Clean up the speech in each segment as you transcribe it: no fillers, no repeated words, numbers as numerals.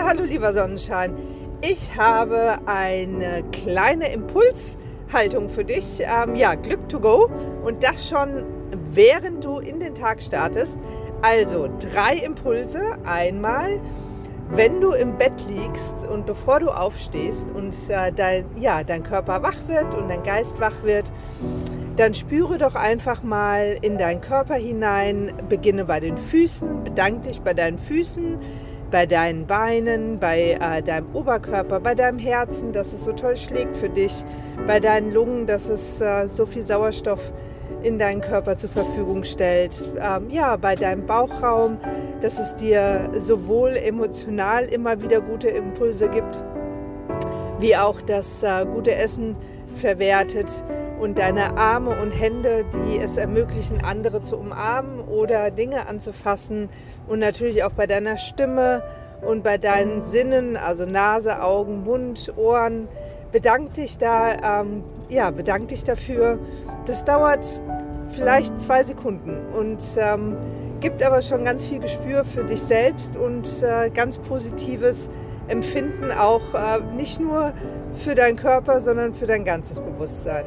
hallo lieber Sonnenschein. Ich habe eine kleine Impulshaltung für dich. Glück to go und das schon während du in den Tag startest. Also 3 Impulse. Einmal, wenn du im Bett liegst und bevor du aufstehst und dein Körper wach wird und dein Geist wach wird, dann spüre doch einfach mal in deinen Körper hinein. Beginne bei den Füßen, bedanke dich bei deinen Füßen, bei deinen Beinen, bei deinem Oberkörper, bei deinem Herzen, dass es so toll schlägt für dich, bei deinen Lungen, dass es so viel Sauerstoff in deinen Körper zur Verfügung stellt, bei deinem Bauchraum, dass es dir sowohl emotional immer wieder gute Impulse gibt, wie auch das gute Essen verwertet und deine Arme und Hände, die es ermöglichen, andere zu umarmen oder Dinge anzufassen und natürlich auch bei deiner Stimme und bei deinen Sinnen, also Nase, Augen, Mund, Ohren. Bedank dich dafür. Das dauert vielleicht 2 Sekunden und gibt aber schon ganz viel Gespür für dich selbst und ganz positives Empfinden auch nicht nur für deinen Körper, sondern für dein ganzes Bewusstsein.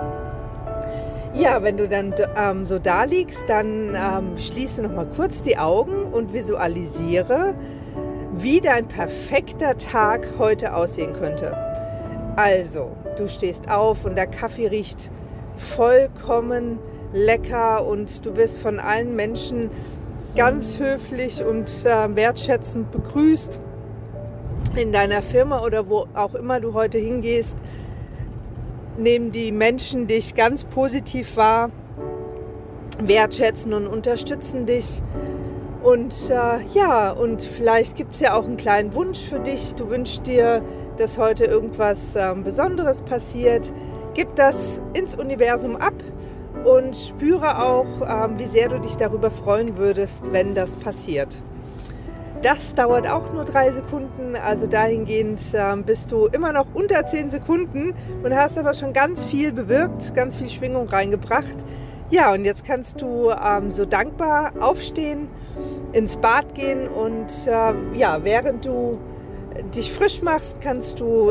Ja, wenn du dann so da liegst, dann schließe noch mal kurz die Augen und visualisiere, wie dein perfekter Tag heute aussehen könnte. Also, du stehst auf und der Kaffee riecht vollkommen lecker und du wirst von allen Menschen ganz höflich und wertschätzend begrüßt. In deiner Firma oder wo auch immer du heute hingehst, nehmen die Menschen dich ganz positiv wahr, wertschätzen und unterstützen dich. Und und vielleicht gibt es ja auch einen kleinen Wunsch für dich. Du wünschst dir, dass heute irgendwas Besonderes passiert. Gib das ins Universum ab und spüre auch, wie sehr du dich darüber freuen würdest, wenn das passiert. Das dauert auch nur 3 Sekunden, also dahingehend bist du immer noch unter 10 Sekunden und hast aber schon ganz viel bewirkt, ganz viel Schwingung reingebracht. Ja, und jetzt kannst du so dankbar aufstehen, ins Bad gehen und während du dich frisch machst, kannst du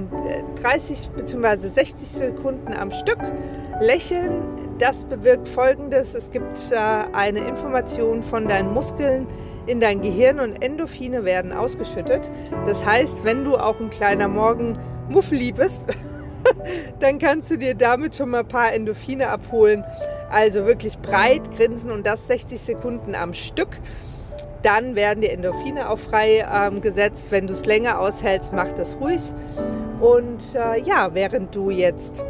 30 bzw. 60 Sekunden am Stück lächeln. Das bewirkt Folgendes: Es gibt eine Information von deinen Muskeln in dein Gehirn und Endorphine werden ausgeschüttet. Das heißt, wenn du auch ein kleiner Morgenmuffeli bist, dann kannst du dir damit schon mal ein paar Endorphine abholen. Also wirklich breit grinsen und das 60 Sekunden am Stück. Dann werden die Endorphine auch frei gesetzt. Wenn du es länger aushältst, mach das ruhig. Und während du jetzt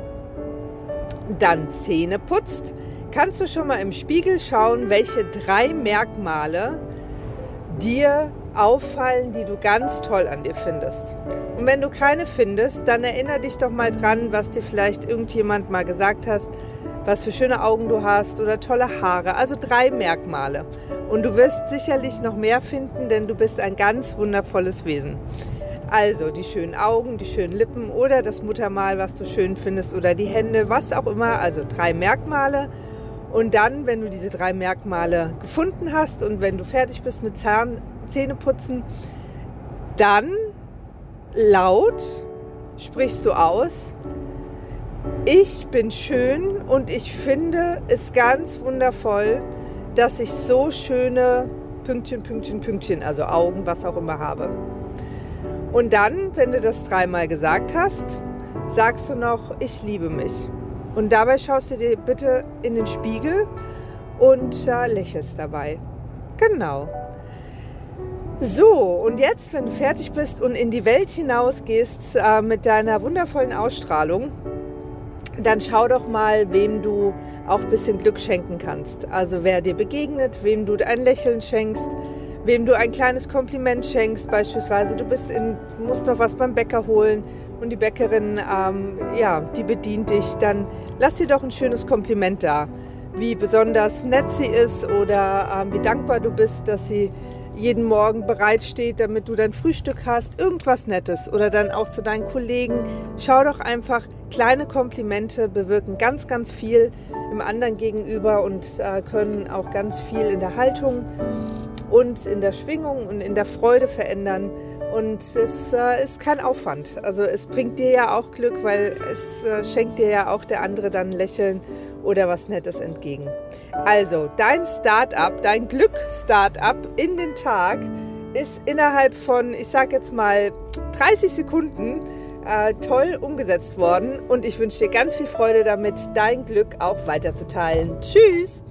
dann Zähne putzt, kannst du schon mal im Spiegel schauen, welche 3 Merkmale dir auffallen, die du ganz toll an dir findest. Und wenn du keine findest, dann erinnere dich doch mal dran, was dir vielleicht irgendjemand mal gesagt hat, was für schöne Augen du hast oder tolle Haare. Also 3 Merkmale. Und du wirst sicherlich noch mehr finden, denn du bist ein ganz wundervolles Wesen. Also die schönen Augen, die schönen Lippen oder das Muttermal, was du schön findest, oder die Hände, was auch immer. Also 3 Merkmale. Und dann, wenn du diese 3 Merkmale gefunden hast und wenn du fertig bist mit Zähneputzen, dann laut sprichst du aus: Ich bin schön und ich finde es ganz wundervoll, dass ich so schöne Pünktchen, Pünktchen, Pünktchen, also Augen, was auch immer habe. Und dann, wenn du das 3-mal gesagt hast, sagst du noch: Ich liebe mich. Und dabei schaust du dir bitte in den Spiegel und lächelst dabei. Genau. So, und jetzt, wenn du fertig bist und in die Welt hinausgehst mit deiner wundervollen Ausstrahlung, dann schau doch mal, wem du auch ein bisschen Glück schenken kannst. Also wer dir begegnet, wem du ein Lächeln schenkst, wem du ein kleines Kompliment schenkst. Beispielsweise, du musst noch was beim Bäcker holen und die Bäckerin, die bedient dich. Dann lass ihr doch ein schönes Kompliment da. Wie besonders nett sie ist oder wie dankbar du bist, dass sie jeden Morgen bereitsteht, damit du dein Frühstück hast. Irgendwas Nettes. Oder dann auch zu deinen Kollegen. Schau doch einfach, kleine Komplimente bewirken ganz, ganz viel im anderen gegenüber und können auch ganz viel in der Haltung und in der Schwingung und in der Freude verändern. Und es ist kein Aufwand. Also es bringt dir ja auch Glück, weil es schenkt dir ja auch der andere dann ein Lächeln oder was Nettes entgegen. Also dein Start-up, dein Glück-Start-up in den Tag ist innerhalb von, ich sage jetzt mal, 30 Sekunden toll umgesetzt worden. Und ich wünsche dir ganz viel Freude damit, dein Glück auch weiterzuteilen. Tschüss!